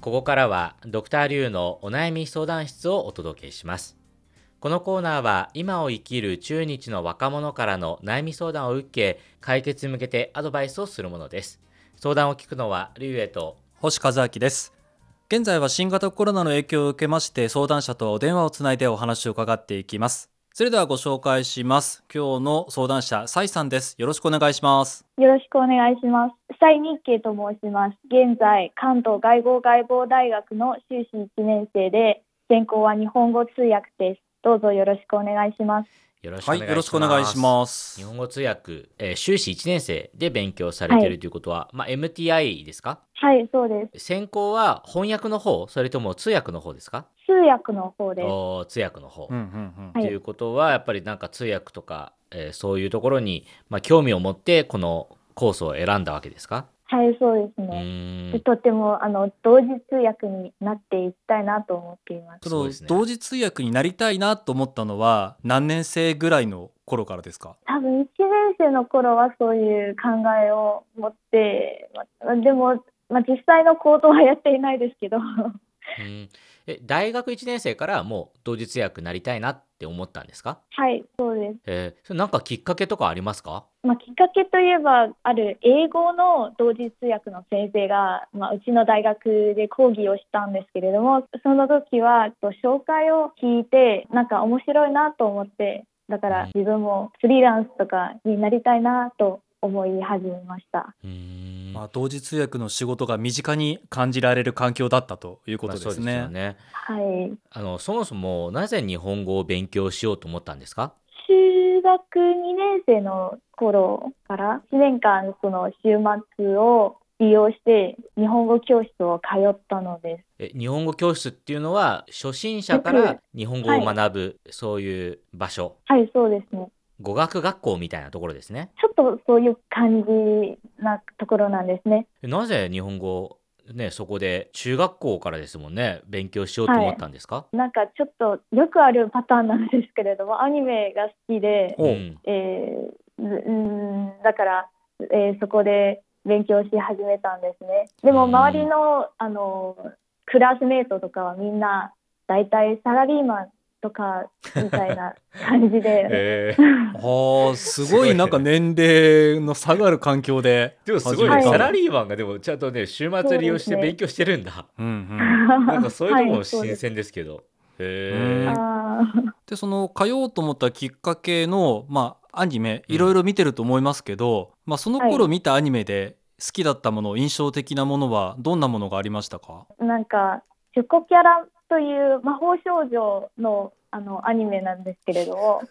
ここからはドクターリュウのお悩み相談室をお届けします。このコーナーは今を生きる中日の若者からの悩み相談を受け、解決に向けてアドバイスをするものです。相談を聞くのはリュウエと星和明です。現在は新型コロナの影響を受けまして、相談者とお電話をつないでお話を伺っていきます。それではご紹介します。今日の相談者、サイさんです。よろしくお願いします。 よろしくお願いします。サイ日慶と申します。現在、関東外語外貿大学の修士1年生で、専攻は日本語通訳です。どうぞよろしくお願いします。 よろしくお願いします。 よろしくお願いします。 日本語通訳、修士1年生で勉強されているということは、MTI ですか？ はい、そうです。 専攻は翻訳の方、それとも通訳の方ですか？ 通訳の方です。 通訳の方、 はいということはやっぱりなんか通訳とか、そういうところに、興味を持ってこのコースを選んだわけですか？ はい、そうですね。とても同時通訳になっていきたいなと思っています。 その同時通訳になりたいなと思ったのは何年生ぐらいの頃からですか？ 多分1年生の頃はそういう考えを持って、でも、実際の行動はやっていないですけど大学1年生からもう同時通訳になりたいなって思ったんですか？ はい、そうです。 それなんかきっかけとかありますか？ きっかけといえば、ある英語の同時通訳の先生が、うちの大学で講義をしたんですけれども、その時は紹介を聞いて、なんか面白いなと思って、だから自分もフリーランスとかになりたいなと思い始めました。 同時通訳の仕事が身近に感じられる環境だったということですね。 そうですよね。 はい。 そもそもなぜ日本語を勉強しようと思ったんですか？ 中学2年生の頃から1年間その週末を利用して日本語教室を通ったのです。 日本語教室っていうのは初心者から日本語を学ぶ、そういう場所。 はい、そうですね。 語学学校みたいなところですね。 ちょっとそういう感じなところなんですね。 なぜ日本語ね、そこで中学校からですもんね、勉強しようと思ったんですか？ なんかちょっとよくあるパターンなんですけれども、アニメが好きで、だから、そこで勉強し始めたんですね。でも周りの、クラスメートとかはみんなだいたいサラリーマンとかみたいな感じで、 すごいなんか年齢の下がる環境で。 でもすごいね、サラリーマンがでもちゃんとね、週末利用して勉強してるんだ。なんかそういうのも新鮮ですけど。 で、その通おうと思ったきっかけの、アニメいろいろ見てると思いますけど、その頃見たアニメで好きだったもの、印象的なものはどんなものがありましたか？ なんかチョコキャラという魔法少女のアニメなんですけれども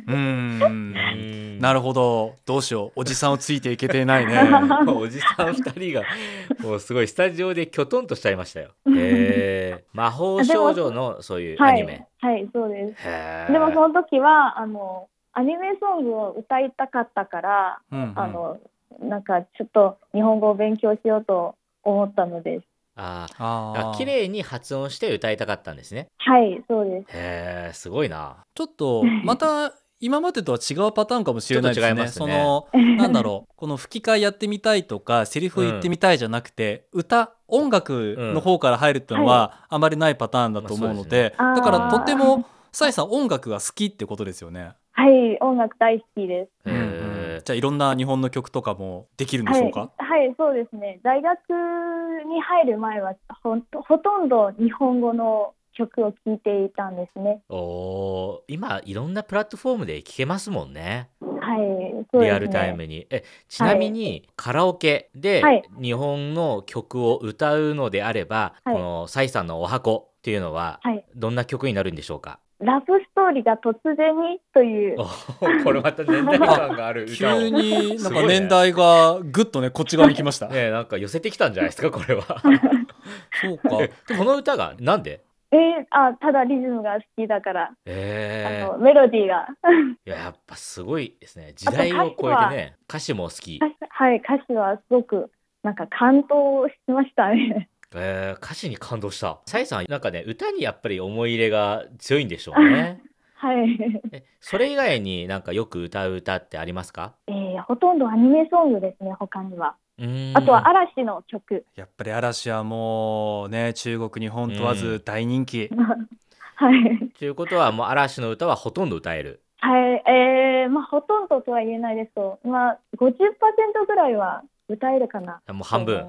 なるほど。どうしよう、おじさんをついていけてないねおじさん2人がもうすごいスタジオできょとんとしちゃいましたよ。魔法少女のそういうアニメ。 はい、そうです。でもその時はアニメソングを歌いたかったから、なんかちょっと日本語を勉強しようと思ったのです。 綺麗に発音して歌いたかったんですね。 はい、そうです。 すごいな。 ちょっとまた今までとは違うパターンかもしれないですね。 ちょっと違いますね。 なんだろう、この吹き替えやってみたいとかセリフ言ってみたいじゃなくて、音楽の方から入るっていうのはあまりないパターンだと思うので、だからとてもサイさん音楽が好きってことですよね。 はい、音楽大好きです。 じゃあいろんな日本の曲とかもできるんでしょうか？ はい、そうですね。大学に入る前はほとんど日本語の曲を聴いていたんですね。 今いろんなプラットフォームで聴けますもんね。 はい、そうですね。 リアルタイムに。ちなみにカラオケで日本の曲を歌うのであれば、このサイさんのお箱っていうのはどんな曲になるんでしょうか？ ラブストーリーが突然にというこれまた年代感がある歌を急になんか年代がぐっとねこっち側に来ましたなんか寄せてきたんじゃないですかこれはそうか。 この歌がなんで？ ただリズムが好きだから、メロディーがやっぱすごいですね。時代を超えてね、歌詞も好き。 はい、歌詞はすごくなんか感動しましたね。 歌詞に感動した。サイさんなんかね、歌にやっぱり思い入れが強いんでしょうね。 はい。 それ以外になんかよく歌う歌ってありますか？ ほとんどアニメソングですね、他には。 あとは嵐の曲。 やっぱり嵐はもうね、中国日本問わず大人気。 はい。 ということはもう嵐の歌はほとんど歌える。 はい、ほとんどとは言えないですと、50% ぐらいは歌えるかな。 もう半分。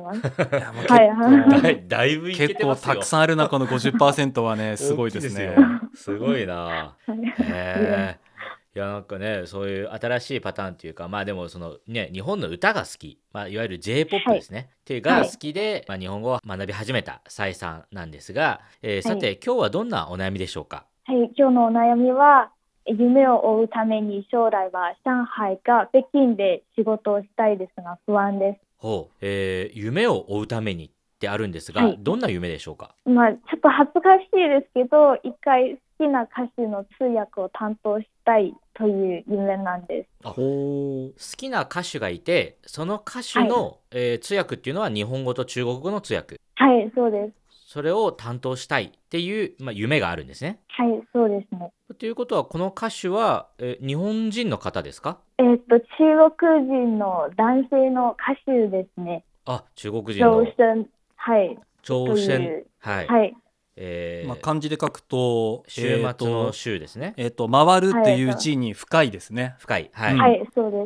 だいぶいけてますよ。 結構たくさんある中の 50% はね、すごいですね。 すごいな。いやなんかね、そういう新しいパターンというか、でもそのね、日本の歌が好き、いわゆる J-POP ですね、っていうが好きで、日本語を学び始めたサイさんなんですが、さて今日はどんなお悩みでしょうか。 はい、今日のお悩みは、夢を追うために将来は上海か北京で仕事をしたいですが不安です。 夢を追うためにってあるんですが、どんな夢でしょうか。 ちょっと恥ずかしいですけど、一回好きな歌手の通訳を担当したいという夢なんです。 好きな歌手がいて、その歌手の、通訳っていうのは日本語と中国語の通訳。 はい、そうです。 それを担当したいっていう、夢があるんですね。 はい、そうですね。 ということはこの歌手は、日本人の方ですか。 中国人の男性の歌手ですね。 中国人の張生。はい。 張生。はい。 はい。 漢字で書くと週末の週ですね。 回るっていう字に深いですね。 深い。はい、そうです。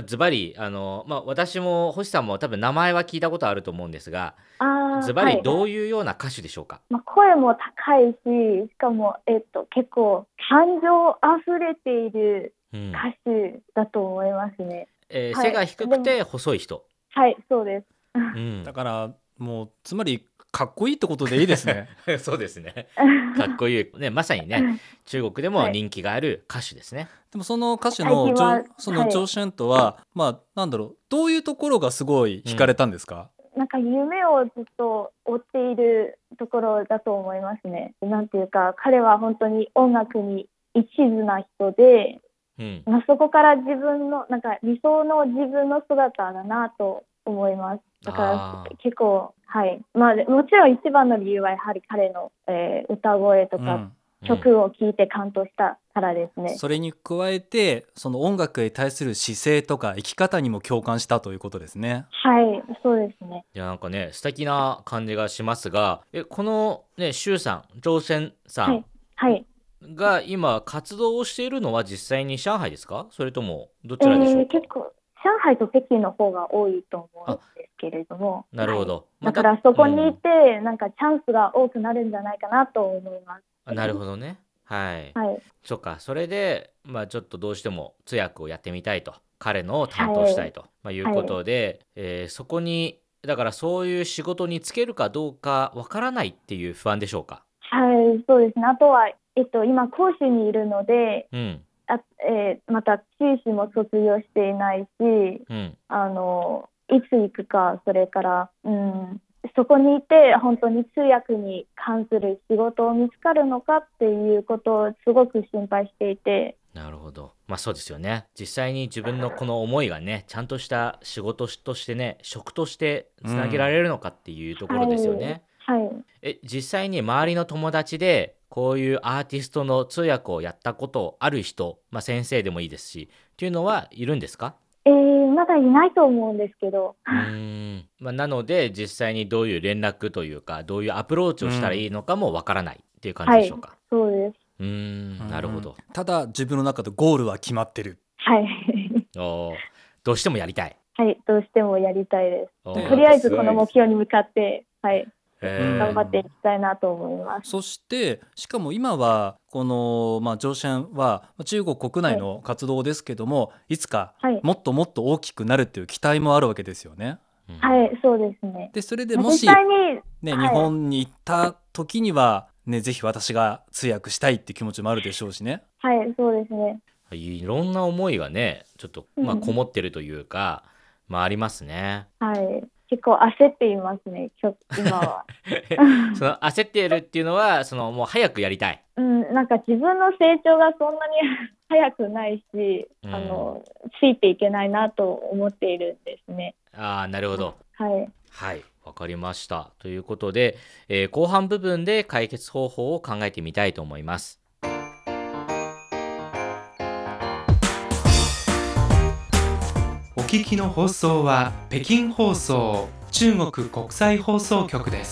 ズバリ私も星さんも多分名前は聞いたことあると思うんですが、ズバリどういうような歌手でしょうか。 声も高いし、しかも結構感情あふれている歌手だと思いますね。 背が低くて細い人。 はい、そうです。 だからもうつまりかっこいいってことでいいですね。 そうですね。かっこいい、ね、まさにね、中国でも人気がある歌手ですね。 でもその歌手のその張生とは、なんだろう、どういうところがすごい惹かれたんですか。 なんか夢をずっと追っているところだと思いますね。なんていうか、彼は本当に音楽に一途な人で、そこから自分のなんか理想の自分の姿だなと思います。だから結構、はい、もちろん一番の理由はやはり彼の、歌声とか、曲を聴いて感動したからですね。 それに加えてその音楽に対する姿勢とか生き方にも共感したということですね。 はい、そうですね。 いやなんかね、素敵な感じがしますが、このね、周さん、張生さんが今活動をしているのは実際に上海ですか、それともどちらでしょうか。 結構上海と北京の方が多いと思うんですけれども。 なるほど。 だからそこにいて、なんかチャンスが多くなるんじゃないかなと思います。 なるほどね。はい。そっか、それでちょっとどうしても通訳をやってみたいと、彼のを担当したいと、いうことで、そこにだからそういう仕事に就けるかどうかわからないっていう不安でしょうか。 はい、そうですね。あとは今講師にいるので、また修士も卒業していないし、いつ行くか、それから、そこにいて本当に通訳に関する仕事を見つかるのかっていうことをすごく心配していて。 なるほど。そうですよね。実際に自分のこの思いがね、ちゃんとした仕事としてね、職としてつなげられるのかっていうところですよね。実際に周りの友達でこういうアーティストの通訳をやったことある人、先生でもいいですしっていうのはいるんですか。 まだいないと思うんですけど。 なので実際にどういう連絡というか、どういうアプローチをしたらいいのかもわからないっていう感じでしょうか。 そうです。 なるほど。 ただ自分の中でゴールは決まってる。 どうしてもやりたい。 はい、どうしてもやりたいです。とりあえずこの目標に向かって、頑張っていきたいなと思います。 そしてしかも今はこの、張生は中国国内の活動ですけども、いつかもっともっと大きくなるっていう期待もあるわけですよね。 はい、そうですね。 でそれでもし、日本に行った時には、ぜひ私が通訳したいっていう気持ちもあるでしょうしね。 はい、そうですね。 いろんな思いがね、ちょっとこもってるというか、ありますね。 はい。結構焦っていますね、今は。 その焦っているっていうのは、もう早くやりたい。 なんか自分の成長がそんなに早くないし、ついていけないなと思っているんですね。 なるほど。 はい、 わかりました。ということで、後半部分で解決方法を考えてみたいと思います。 聞きの放送は北京放送中国国際放送局です。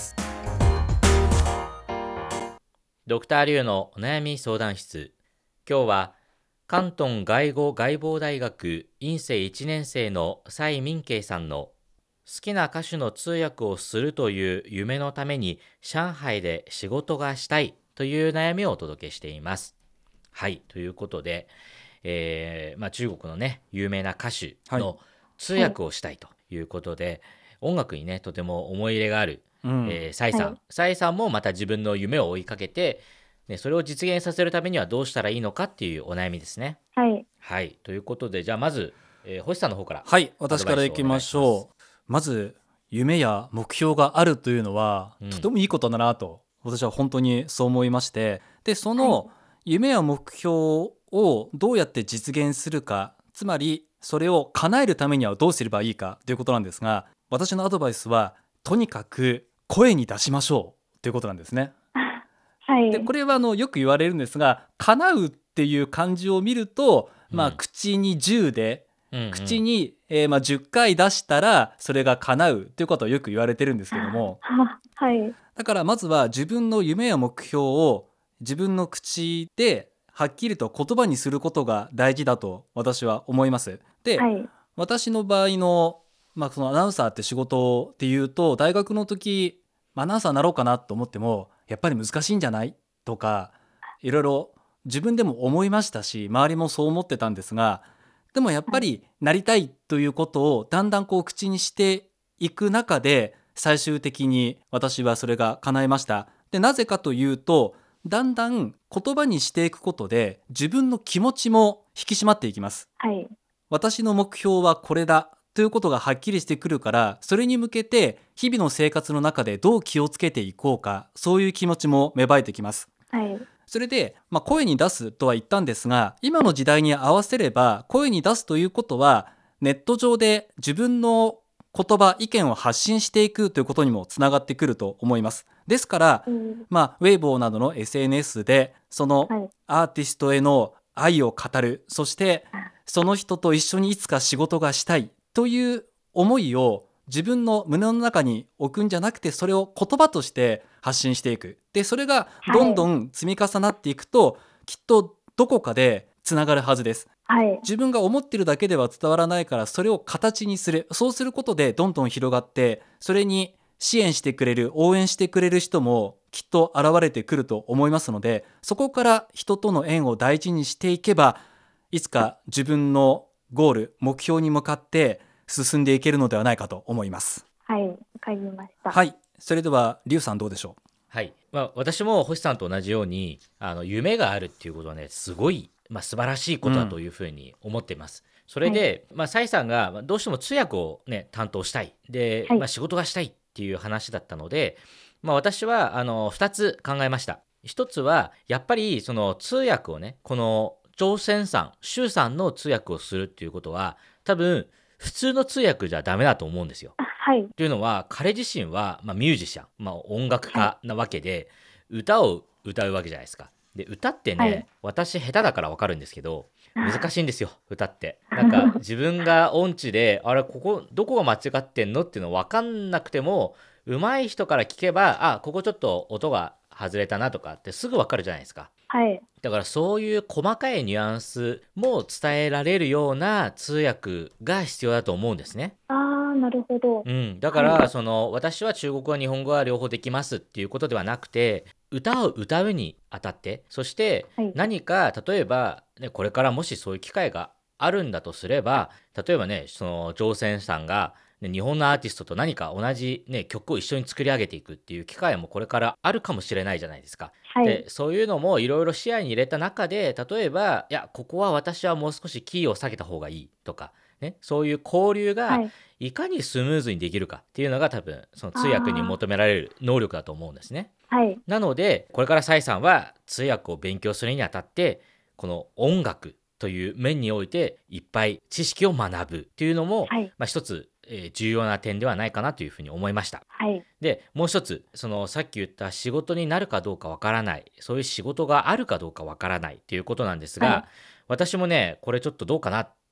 ドクターリュウのお悩み相談室。今日は広東外語外貿大学院生1年生の蔡民慶さんの好きな歌手の通訳をするという夢のために上海で仕事がしたいという悩みをお届けしています。はい、ということで、中国のね有名な歌手の通訳をしたいということで、音楽にねとても思い入れがある、蔡さん、蔡さんもまた自分の夢を追いかけて、それを実現させるためにはどうしたらいいのかっていうお悩みですね。はい、ということで、じゃあまず、星さんの方から。 はい、私からいきましょう。まず夢や目標があるというのは、とてもいいことだなと私は本当にそう思いまして、でその夢や目標をどうやって実現するか、つまりそれを叶えるためにはどうすればいいかということなんですが、私のアドバイスはとにかく声に出しましょうということなんですね。でこれはよく言われるんですが、叶うっていう漢字を見ると、口に10で、口に、10回出したらそれが叶うということはよく言われてるんですけども、だからまずは自分の夢や目標を自分の口ではっきりと言葉にすることが大事だと私は思います。で、私の場合の、そのアナウンサーって仕事っていうと、大学の時アナウンサーになろうかなと思ってもやっぱり難しいんじゃないとか、いろいろ自分でも思いましたし、周りもそう思ってたんですが、でもやっぱりなりたいということをだんだん口にしていく中で、最終的に私はそれが叶いました。でなぜかというと、だんだん言葉にしていくことで自分の気持ちも引き締まっていきます。私の目標はこれだということがはっきりしてくるから、それに向けて日々の生活の中でどう気をつけていこうか、そういう気持ちも芽生えてきます。それで、声に出すとは言ったんですが、今の時代に合わせれば声に出すということはネット上で自分の言葉、意見を発信していくということにもつながってくると思います。ですから、ウェイボーなどの SNS でそのアーティストへの愛を語る、そしてその人と一緒にいつか仕事がしたいという思いを自分の胸の中に置くんじゃなくて、それを言葉として発信していく。でそれがどんどん積み重なっていくと、きっとどこかでつながるはずです。自分が思ってるだけでは伝わらないから、それを形にする。そうすることでどんどん広がって、それに支援してくれる、応援してくれる人もきっと現れてくると思いますので、そこから人との縁を大事にしていけば、いつか自分のゴール、目標に向かって進んでいけるのではないかと思います。 わかりました。 それではリュウさんどうでしょう。 私も星さんと同じように夢があるっていうことはね、すごい素晴らしいことだというふうに思っています。それで、蔡さんがどうしても通訳を、担当したいで、仕事がしたいっていう話だったので、私は2つ考えました。1つはやっぱりその通訳をね、この朝鮮さん、周さんの通訳をするっていうことは多分普通の通訳じゃダメだと思うんですよ。というのは彼自身は、ミュージシャン、音楽家なわけで、歌を歌うわけじゃないですか。で歌ってね、私下手だから分かるんですけど、難しいんですよ歌って。なんか自分が音痴でここどこが間違ってんのっていうの分かんなくても、上手い人から聞けばここちょっと音が外れたなとかってすぐ分かるじゃないですか。だからそういう細かいニュアンスも伝えられるような通訳が必要だと思うんですね。 なるほど。 だから、私は中国語日本語は両方できますっていうことではなくて、歌を歌うにあたって、そして何か例えば、これからもしそういう機会があるんだとすれば、例えばね、その朝鮮さんが日本のアーティストと何か同じ、曲を一緒に作り上げていくっていう機会もこれからあるかもしれないじゃないですか。でそういうのもいろいろ視野に入れた中で、例えばここは私はもう少しキーを下げた方がいいとか、そういう交流がいかにスムーズにできるかっていうのが多分その通訳に求められる能力だと思うんですね。なのでこれから蔡さんは通訳を勉強するにあたって、この音楽という面においていっぱい知識を学ぶっていうのも、一つ重要な点ではないかなというふうに思いました。でもう一つ、さっき言った仕事になるかどうかわからない、そういう仕事があるかどうかわからないっていうことなんですが、私もねこれちょっとどうかなっ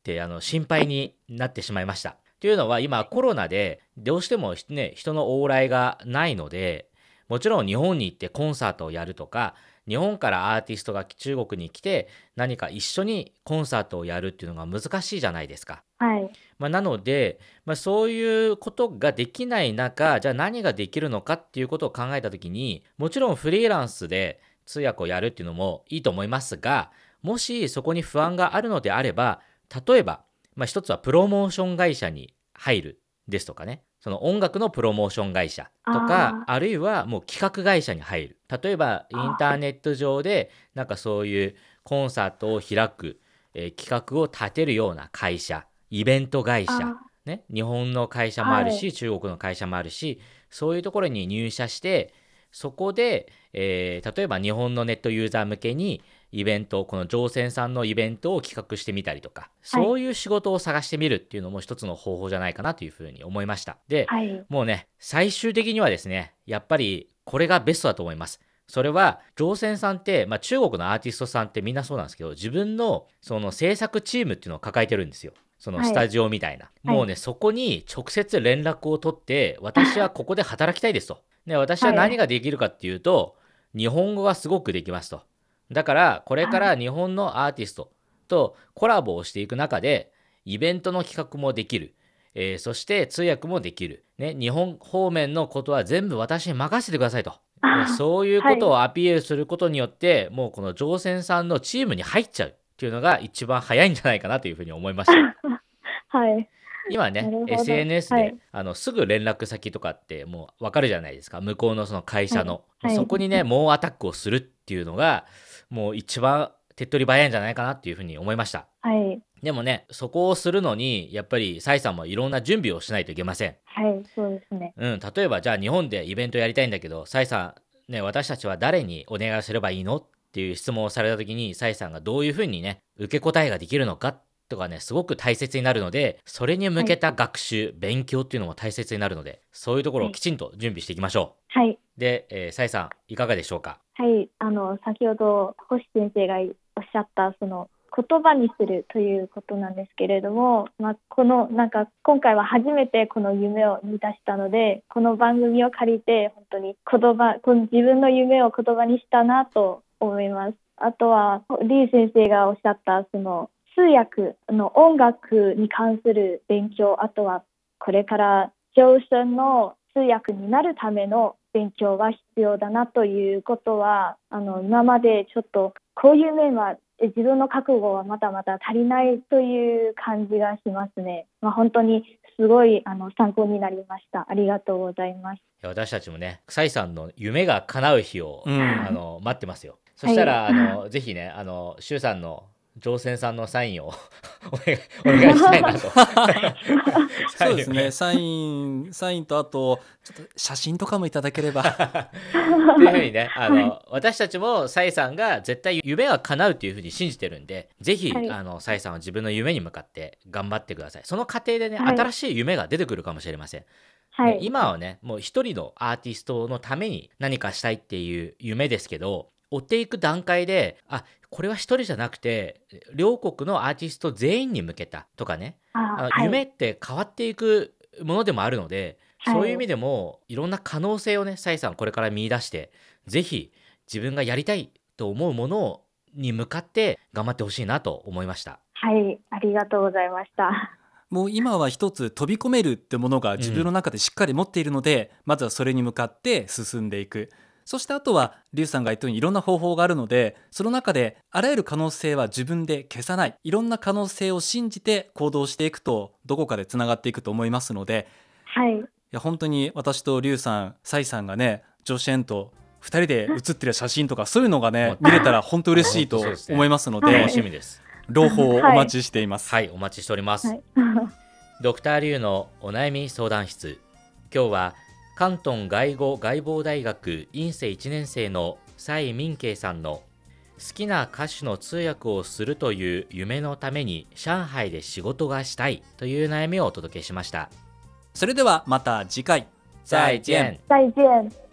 って心配になってしまいました。というのは今コロナでどうしてもね、人の往来がないので、もちろん日本に行ってコンサートをやるとか、日本からアーティストが中国に来て何か一緒にコンサートをやるっていうのが難しいじゃないですか。 はい。 なので、そういうことができない中、じゃあ何ができるのかっていうことを考えたときに、もちろんフリーランスで通訳をやるっていうのもいいと思いますが、もしそこに不安があるのであれば、例えば、一つはプロモーション会社に入るですとかね、その音楽のプロモーション会社とか、あるいはもう企画会社に入る。例えばインターネット上でなんかそういうコンサートを開く、企画を立てるような会社、イベント会社、ね、日本の会社もあるし、中国の会社もあるし、そういうところに入社して、そこで、例えば日本のネットユーザー向けにイベント、この乗船さんのイベントを企画してみたりとか、そういう仕事を探してみるっていうのも一つの方法じゃないかなというふうに思いました。で、もうね、最終的にはですね、やっぱりこれがベストだと思います。それは乗船さんって、中国のアーティストさんってみんなそうなんですけど、自分のその制作チームっていうのを抱えてるんですよ。そのスタジオみたいな、もうね、そこに直接連絡を取って、私はここで働きたいですと。ね、私は何ができるかっていうと、日本語がすごくできますと。だからこれから日本のアーティストとコラボをしていく中で、イベントの企画もできる、そして通訳もできる、ね、日本方面のことは全部私に任せてくださいと。そういうことをアピールすることによって、もうこの乗船さんのチームに入っちゃうっていうのが一番早いんじゃないかなというふうに思いました。 はい。 今ね、SNS で、すぐ連絡先とかってもう分かるじゃないですか。向こうのその会社の、そこにね、猛アタックをするっていうのがもう一番手っ取り早いんじゃないかなっていうふうに思いました。でもね、そこをするのにやっぱり蔡さんもいろんな準備をしないといけません。 そうですね。 例えばじゃあ日本でイベントやりたいんだけど、蔡さんね、私たちは誰にお願いすればいいのっていう質問をされた時に、蔡さんがどういうふうにね、受け答えができるのかとかね、すごく大切になるので、それに向けた学習、勉強っていうのも大切になるので、そういうところをきちんと準備していきましょう。で、蔡さんいかがでしょうか。 先ほど星先生がおっしゃったその言葉にするということなんですけれども、この今回は初めてこの夢を見出したので、この番組を借りて本当にこの自分の夢を言葉にしたなと思います。あとはリー先生がおっしゃったその通訳の音楽に関する勉強、あとはこれから乗船の通訳になるための勉強が必要だなということは、今までちょっとこういう面は自分の覚悟はまだまだ足りないという感じがしますね。本当にすごい参考になりました。ありがとうございます。 私たちもね、蔡さんの夢が叶う日を、待ってますよ。そしたら、ぜひね、周さんの乗船さんのサインをお願いしたいなと。 そうですね、サインとあとちょっと写真とかもいただければっていうふうにね、私たちも蔡さんが絶対夢が叶うっていうふうに信じてるんで、ぜひ蔡さんは自分の夢に向かって頑張ってください。その過程でね、新しい夢が出てくるかもしれません。今はね、もう一人のアーティストのために何かしたいっていう夢ですけど、追っていく段階で、これは一人じゃなくて両国のアーティスト全員に向けたとかね、夢って変わっていくものでもあるので、そういう意味でもいろんな可能性をね、蔡さんこれから見出して、ぜひ自分がやりたいと思うものに向かって頑張ってほしいなと思いました。 ありがとうございました。 もう今は一つ飛び込めるってものが自分の中でしっかり持っているので、まずはそれに向かって進んでいく。そしてあとは劉さんが言ったようにいろんな方法があるので、その中であらゆる可能性は自分で消さない、いろんな可能性を信じて行動していくと、どこかでつながっていくと思いますので、いや本当に私と劉さん、蔡さんがね、ジョシェンと2人で写ってる写真とかそういうのがね見れたら本当嬉しいと思いますので、 楽しみです。 朗報をお待ちしています。 お待ちしております。ドクターリュウのお悩み相談室、今日は広東外語外貿大学院生1年生の蔡明慶さんの好きな歌手の通訳をするという夢のために上海で仕事がしたいという悩みをお届けしました。 それではまた次回。 再见。 再见。